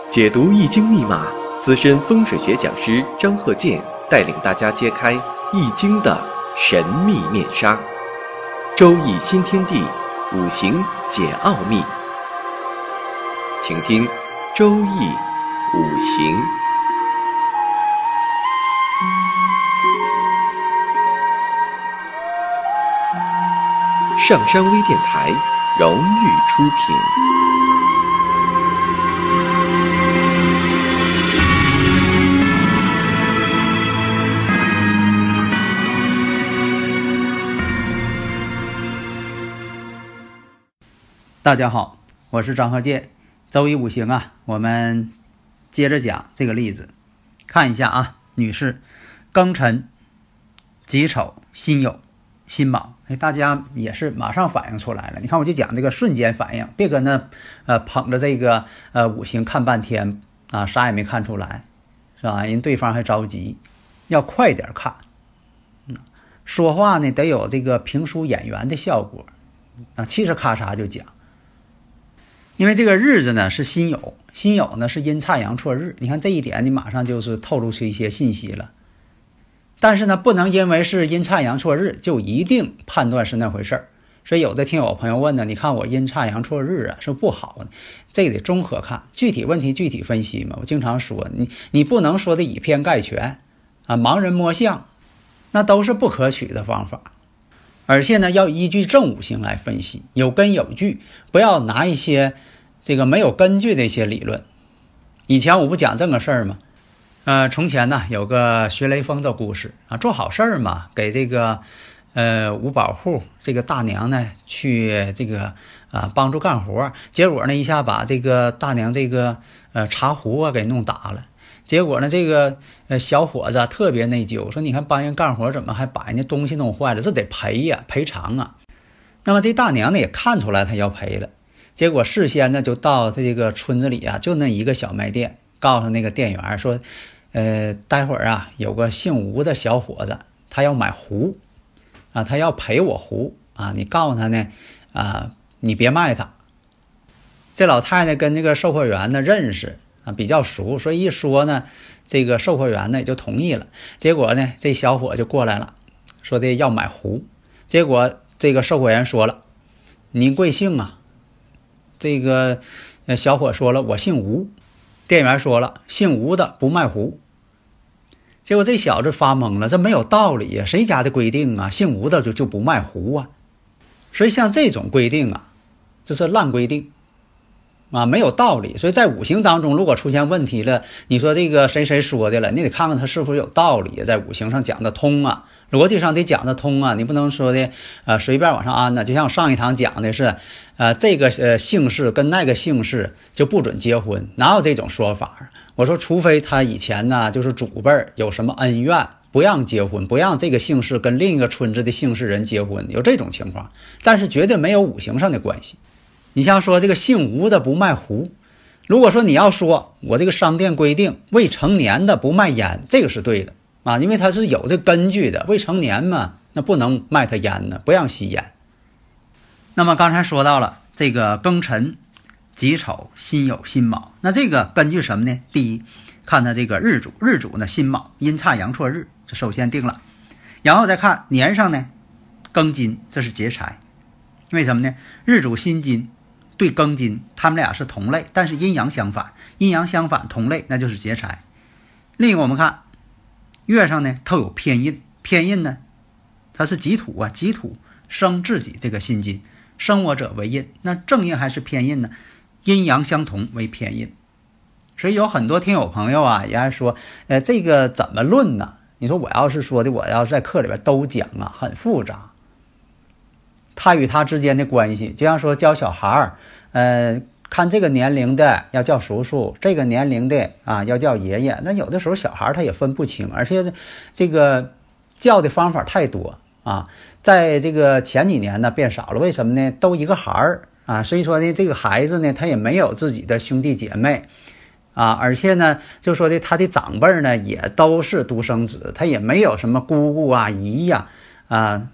解读易经密码，资深风水学讲师张鹤剑带领大家揭开易经的神秘面纱。周易新天地，五行解奥秘。请听周易五行。上山微电台荣誉出品。 大家好，我是张鹤剑。周易五行啊，我们接着讲这个例子。看一下啊，女士，庚辰、己丑、辛酉、辛卯，大家也是马上反应出来了。你看，我就讲这个瞬间反应，别跟那捧着这个五行看半天啊，啥也没看出来，是吧？人对方还着急，要快点看。说话呢得有这个评书演员的效果啊，嘁哧咔嚓就讲。因为这个日子呢是辛酉，辛酉呢是阴差阳错日，你看这一点你马上就是透露出一些信息了。但是呢，不能因为是阴差阳错日就一定判断是那回事儿。所以有的听友朋友问呢，你看我阴差阳错日啊是不好的，这个得综合看，具体问题具体分析嘛。我经常说，你不能说的以偏概全啊，盲人摸象，那都是不可取的方法。而且呢，要依据正五行来分析，有根有据，不要拿一些这个没有根据的一些理论。以前我不讲这个事儿吗？从前呢有个学雷锋的故事啊，做好事儿嘛，给这个五保户这个大娘呢去这个帮助干活，结果呢一下把这个大娘这个茶壶啊给弄打了。结果呢这个小伙子特别内疚，说你看帮人干活怎么还把人家东西弄坏了，这得赔呀，赔偿啊。那么这大娘呢也看出来他要赔了，结果事先呢就到这个村子里啊，就那一个小卖店，告诉那个店员说待会儿啊有个姓吴的小伙子，他要买壶啊，他要赔我壶啊，你告诉他呢你别卖他。这老太太跟这个售货员呢认识啊，比较熟，所以一说呢，这个售货员呢也就同意了。结果呢这小伙就过来了，说的要买壶。结果这个售货员说了，您贵姓啊？这个小伙说了，我姓吴。店员说了，姓吴的不卖壶。结果这小子发懵了，这没有道理呀，谁家的规定啊？姓吴的就不卖壶啊？所以像这种规定啊，这是烂规定啊，没有道理。所以在五行当中如果出现问题了，你说这个谁谁说的了，你得看看他是否有道理，在五行上讲得通啊，逻辑上得讲得通啊，你不能说的随便往上安呢。就像上一堂讲的是这个姓氏跟那个姓氏就不准结婚，哪有这种说法？我说除非他以前呢就是祖辈有什么恩怨，不让结婚，不让这个姓氏跟另一个村子的姓氏人结婚，有这种情况，但是绝对没有五行上的关系。你像说这个姓吴的不卖壶，如果说你要说我这个商店规定未成年的不卖烟，这个是对的啊，因为它是有这根据的，未成年嘛，那不能卖他烟呢，不让吸烟。那么刚才说到了这个庚辰、己丑、辛酉、辛卯，那这个根据什么呢？第一，看他这个日主，日主呢辛卯，阴差阳错日，这首先定了。然后再看年上呢庚金，这是劫财。为什么呢？日主辛金对庚金，他们俩是同类，但是阴阳相反，阴阳相反同类，那就是劫财。另一个我们看月上呢透有偏印，偏印呢它是己土啊，己土生自己这个辛金，生我者为印，那正印还是偏印呢？阴阳相同为偏印。所以有很多听友朋友啊也还说这个怎么论呢？你说我要是说的，我要是在课里边都讲啊，很复杂，他与他之间的关系，就像说教小孩看这个年龄的要叫叔叔，这个年龄的要叫爷爷，那有的时候小孩他也分不清，而且这个叫的方法太多啊。在这个前几年呢变少了，为什么呢？都一个孩儿啊，所以说呢这个孩子呢他也没有自己的兄弟姐妹啊，而且呢就说的他的长辈呢也都是独生子，他也没有什么姑姑啊姨呀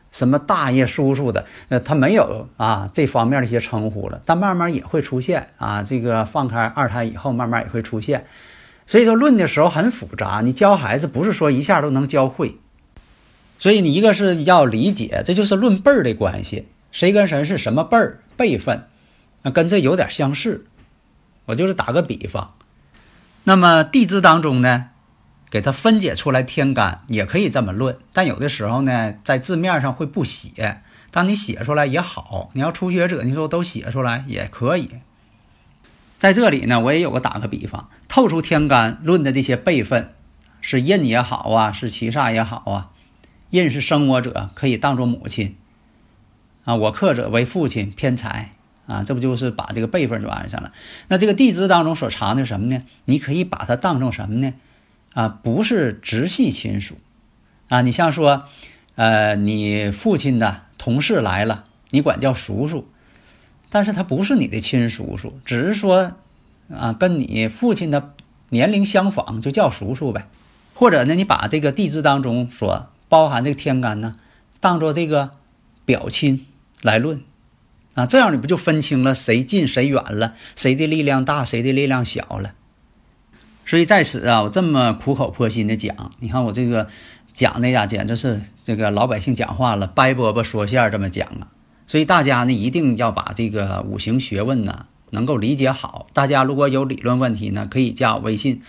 什么大爷叔叔的，他没有这方面的一些称呼了，但慢慢也会出现这个放开二胎以后慢慢也会出现。所以说论的时候很复杂，你教孩子不是说一下都能教会，所以你一个是要理解，这就是论辈儿的关系，谁跟谁是什么辈儿辈分，跟这有点相似。我就是打个比方，那么地支当中呢，给它分解出来天干也可以这么论，但有的时候呢在字面上会不写，当你写出来也好，你要初学者你说都写出来也可以。在这里呢我也有个打个比方，透出天干论的这些辈分，是印也好是七煞也好印是生我者，可以当作母亲我克者为父亲偏财这不就是把这个辈分就安上了。那这个地支当中所藏的什么呢，你可以把它当成什么呢不是直系亲属你像说你父亲的同事来了，你管叫叔叔，但是他不是你的亲叔叔，只是说跟你父亲的年龄相仿，就叫叔叔呗。或者呢你把这个地支当中所包含这个天干呢当做这个表亲来论这样你不就分清了谁近谁远了，谁的力量大谁的力量小了。所以在此我这么苦口婆心的讲，你看我这个讲的简直是这个老百姓讲话了，掰饽饽说馅这么讲所以大家呢一定要把这个五行学问呢能够理解好。大家如果有理论问题呢，可以加我微信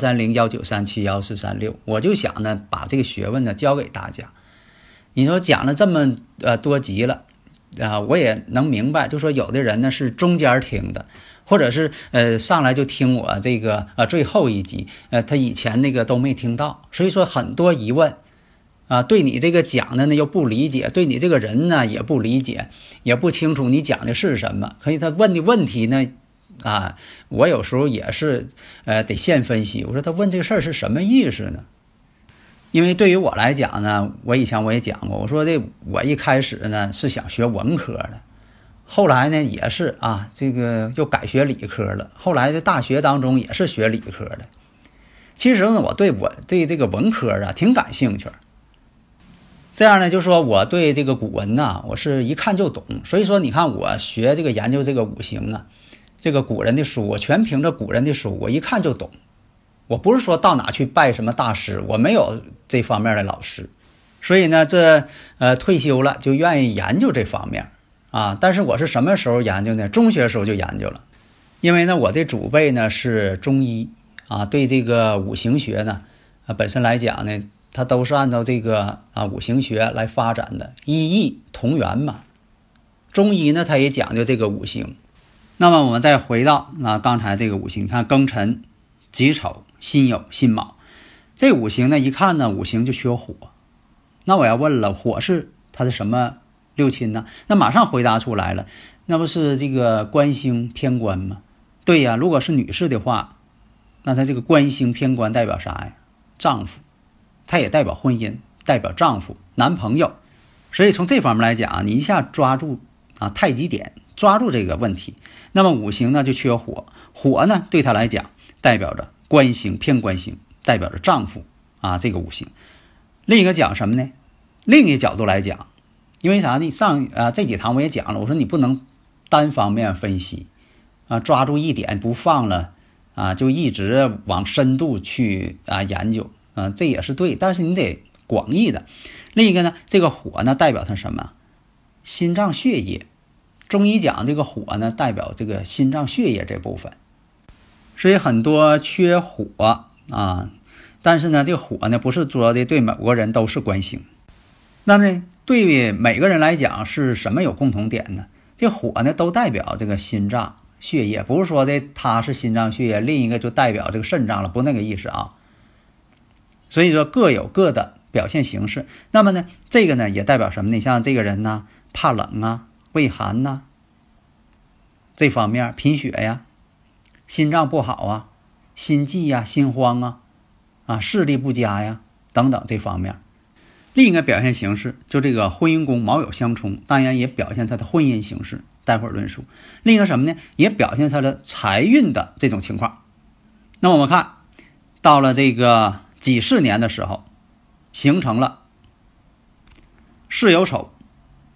13019371436，我就想呢把这个学问呢教给大家。你说讲了这么多集了我也能明白，就说有的人呢是中间听的，或者是上来就听我这个最后一集他以前那个都没听到，所以说很多疑问对你这个讲的呢又不理解，对你这个人呢也不理解，也不清楚你讲的是什么。可以他问的问题呢我有时候也是得现分析，我说他问这个事儿是什么意思呢？因为对于我来讲呢，我以前我也讲过，我说我一开始呢是想学文科的，后来呢也是这个又改学理科了，后来在大学当中也是学理科的。其实呢我对这个文科挺感兴趣，这样呢就说我对这个古文我是一看就懂。所以说你看我学这个研究这个五行这个古人的书我全凭着古人的书我一看就懂。我不是说到哪去拜什么大师，我没有这方面的老师，所以呢这退休了就愿意研究这方面但是我是什么时候研究呢？中学时候就研究了。因为呢我的祖辈呢是中医对这个五行学呢本身来讲呢它都是按照这个五行学来发展的，医异同源嘛。中医呢它也讲究这个五行。那么我们再回到刚才这个五行，你看庚辰己丑辛酉辛卯，这五行呢一看呢五行就缺火。那我要问了，火是它的什么六亲呢？那马上回答出来了，那不是这个官星偏官吗？对呀，如果是女士的话，那她这个官星偏官代表啥呀？丈夫，它也代表婚姻，代表丈夫男朋友。所以从这方面来讲你一下抓住太极点，抓住这个问题。那么五行呢就缺火，火呢对他来讲代表着官星偏官星，代表着丈夫这个五行。另一个讲什么呢？另一个角度来讲，因为啥呢？上这几堂我也讲了，我说你不能单方面分析抓住一点不放了就一直往深度去研究这也是对，但是你得广义的。另一个呢，这个火呢代表它什么？心脏血液。中医讲这个火呢代表这个心脏血液这部分。所以很多缺火但是呢这个火呢不是说的对某个人都是官星。那么对每个人来讲是什么有共同点呢？这火呢都代表这个心脏血液，不是说的它是心脏血液，另一个就代表这个肾脏了，不那个意思所以说各有各的表现形式。那么呢这个呢也代表什么呢？像这个人呢怕冷畏寒这方面，贫血呀，心脏不好心悸心慌视力不佳呀等等这方面。另一个表现形式就这个婚姻宫卯酉相冲，当然也表现他的婚姻形式，待会儿论述。另一个什么呢？也表现他的财运的这种情况。那我们看到了这个己巳年的时候，形成了巳酉丑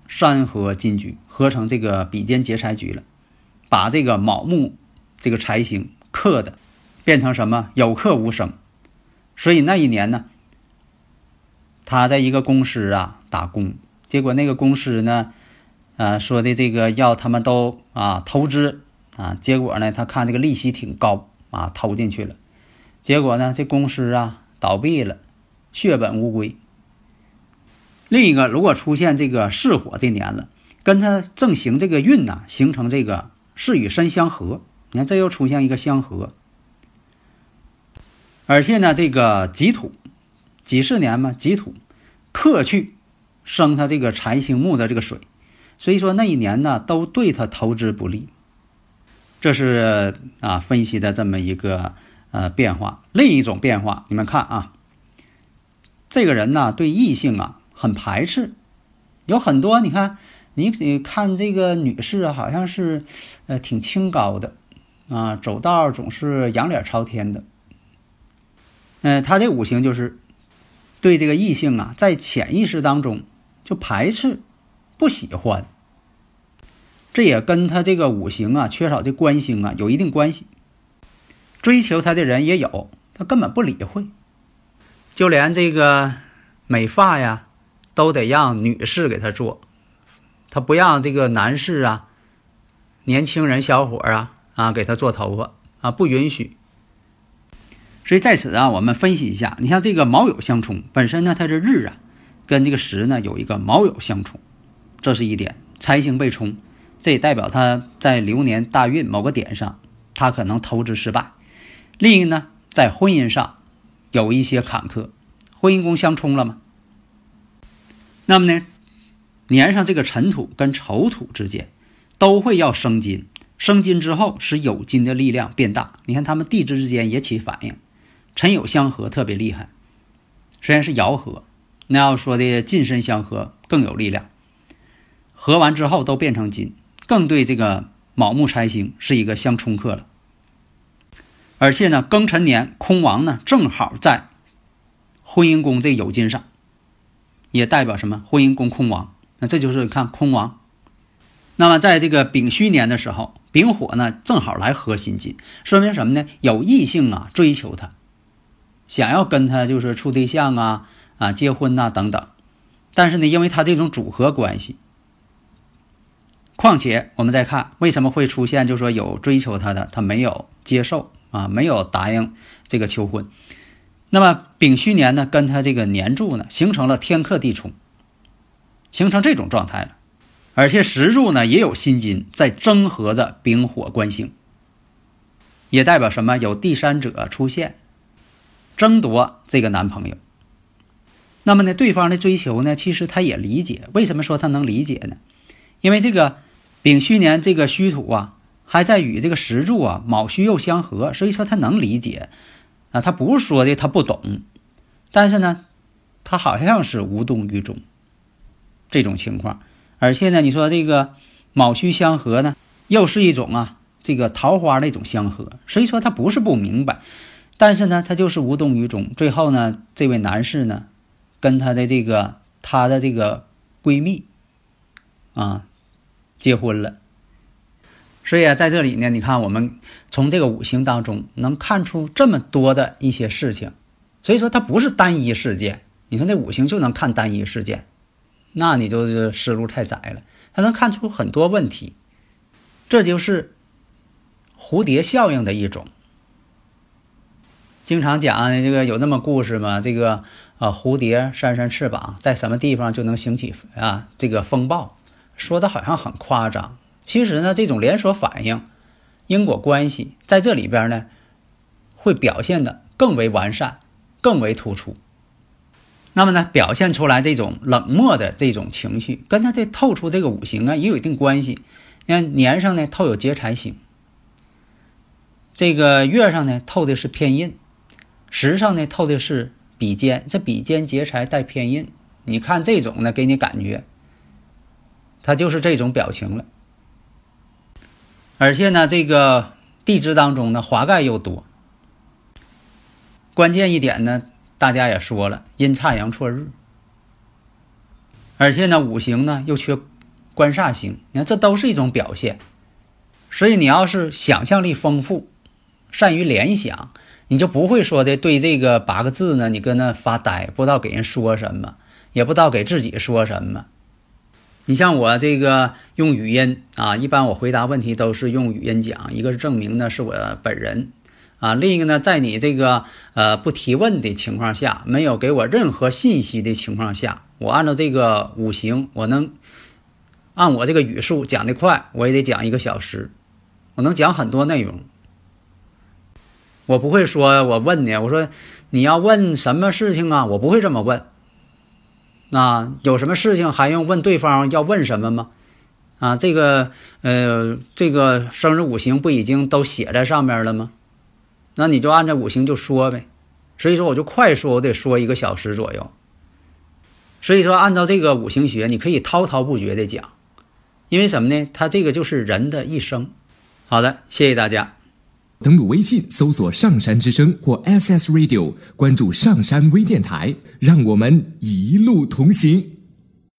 山河金局，合成这个比肩劫财局了，把这个卯木这个财星克的变成什么？有克无生。所以那一年呢，他在一个公司打工，结果那个公司呢说的这个要他们都投资结果呢他看这个利息挺高投进去了，结果呢这公司倒闭了，血本无归。另一个如果出现这个巳火这年了，跟他正行这个运形成这个巳与申相合，你看这又出现一个相合。而且呢这个己土己巳年嘛，己土克去生他这个财星木的这个水，所以说那一年呢都对他投资不利。这是分析的这么一个变化。另一种变化，你们看这个人呢对异性很排斥，有很多你看这个女士好像是挺清高的走道总是仰脸朝天的。他这五行就是对这个异性在潜意识当中就排斥不喜欢，这也跟他这个五行缺少这官星有一定关系。追求他的人也有，他根本不理会，就连这个美发都得让女士给他做，他不让这个男士年轻人小伙给他做头发不允许。所以在此我们分析一下，你像这个卯酉相冲，本身呢它是日跟这个时呢有一个卯酉相冲，这是一点，财星被冲，这也代表他在流年大运某个点上他可能投资失败。另一个呢在婚姻上有一些坎坷，婚姻宫相冲了嘛。那么呢年上这个辰土跟丑土之间都会要生金，生金之后使酉金的力量变大，你看他们地支之间也起反应，辰酉相合特别厉害，虽然是爻合，那要说的近身相合更有力量，合完之后都变成金，更对这个卯木财星是一个相冲克了。而且呢庚辰年空亡呢正好在婚姻宫这酉金上，也代表什么？婚姻宫空亡，那这就是看空亡。那么在这个丙戌年的时候，丙火呢正好来合辛金，说明什么呢？有异性追求他，想要跟他就是处对象结婚等等。但是呢因为他这种组合关系，况且我们再看为什么会出现就是说有追求他的，他没有接受没有答应这个求婚。那么丙戌年呢跟他这个年柱呢形成了天克地冲，形成这种状态了。而且时柱呢也有辛金在争合着丙火官星，也代表什么？有第三者出现争夺这个男朋友。那么呢对方的追求呢其实他也理解。为什么说他能理解呢？因为这个丙戌年这个戌土还在与这个时柱卯戌又相合，所以说他能理解他不是说的他不懂，但是呢他好像是无动于衷这种情况。而且呢你说这个卯戌相合呢又是一种这个桃花的一种相合，所以说他不是不明白，但是呢他就是无动于衷。最后呢这位男士呢跟他的这个闺蜜结婚了。所以在这里呢你看我们从这个五行当中能看出这么多的一些事情，所以说它不是单一事件。你说这五行就能看单一事件，那你就思路太窄了，它能看出很多问题。这就是蝴蝶效应的一种。经常讲这个有那么故事嘛，这个蝴蝶扇扇翅膀，在什么地方就能兴起这个风暴，说的好像很夸张。其实呢这种连锁反应因果关系在这里边呢会表现的更为完善，更为突出。那么呢表现出来这种冷漠的这种情绪跟他这透出这个五行也有一定关系。你看年上呢透有劫财星，这个月上呢透的是偏印，时上呢透的是比肩，这比肩劫财带偏印，你看这种呢给你感觉他就是这种表情了。而且呢这个地支当中呢华盖又多，关键一点呢大家也说了，阴差阳错日。而且呢五行呢又缺官煞星，你看这都是一种表现。所以你要是想象力丰富，善于联想，你就不会说的对这个8个字呢，你跟那发呆，不知道给人说什么，也不知道给自己说什么。你像我这个用语音啊，一般我回答问题都是用语音讲，一个是证明呢是我本人啊，另一个呢在你这个不提问的情况下，没有给我任何信息的情况下，我按照这个五行，我能按我这个语速讲得快，我也得讲1个小时，我能讲很多内容。我不会说我问你，我说你要问什么事情啊，我不会这么问。有什么事情还用问对方要问什么吗？这个生日五行不已经都写在上面了吗？那你就按照五行就说呗。所以说我就快说，我得说1个小时左右。所以说按照这个五行学，你可以滔滔不绝的讲，因为什么呢？它这个就是人的一生。好的，谢谢大家。 登录微信搜索上山之声或 SS Radio， 关注上山微电台，让我们一路同行。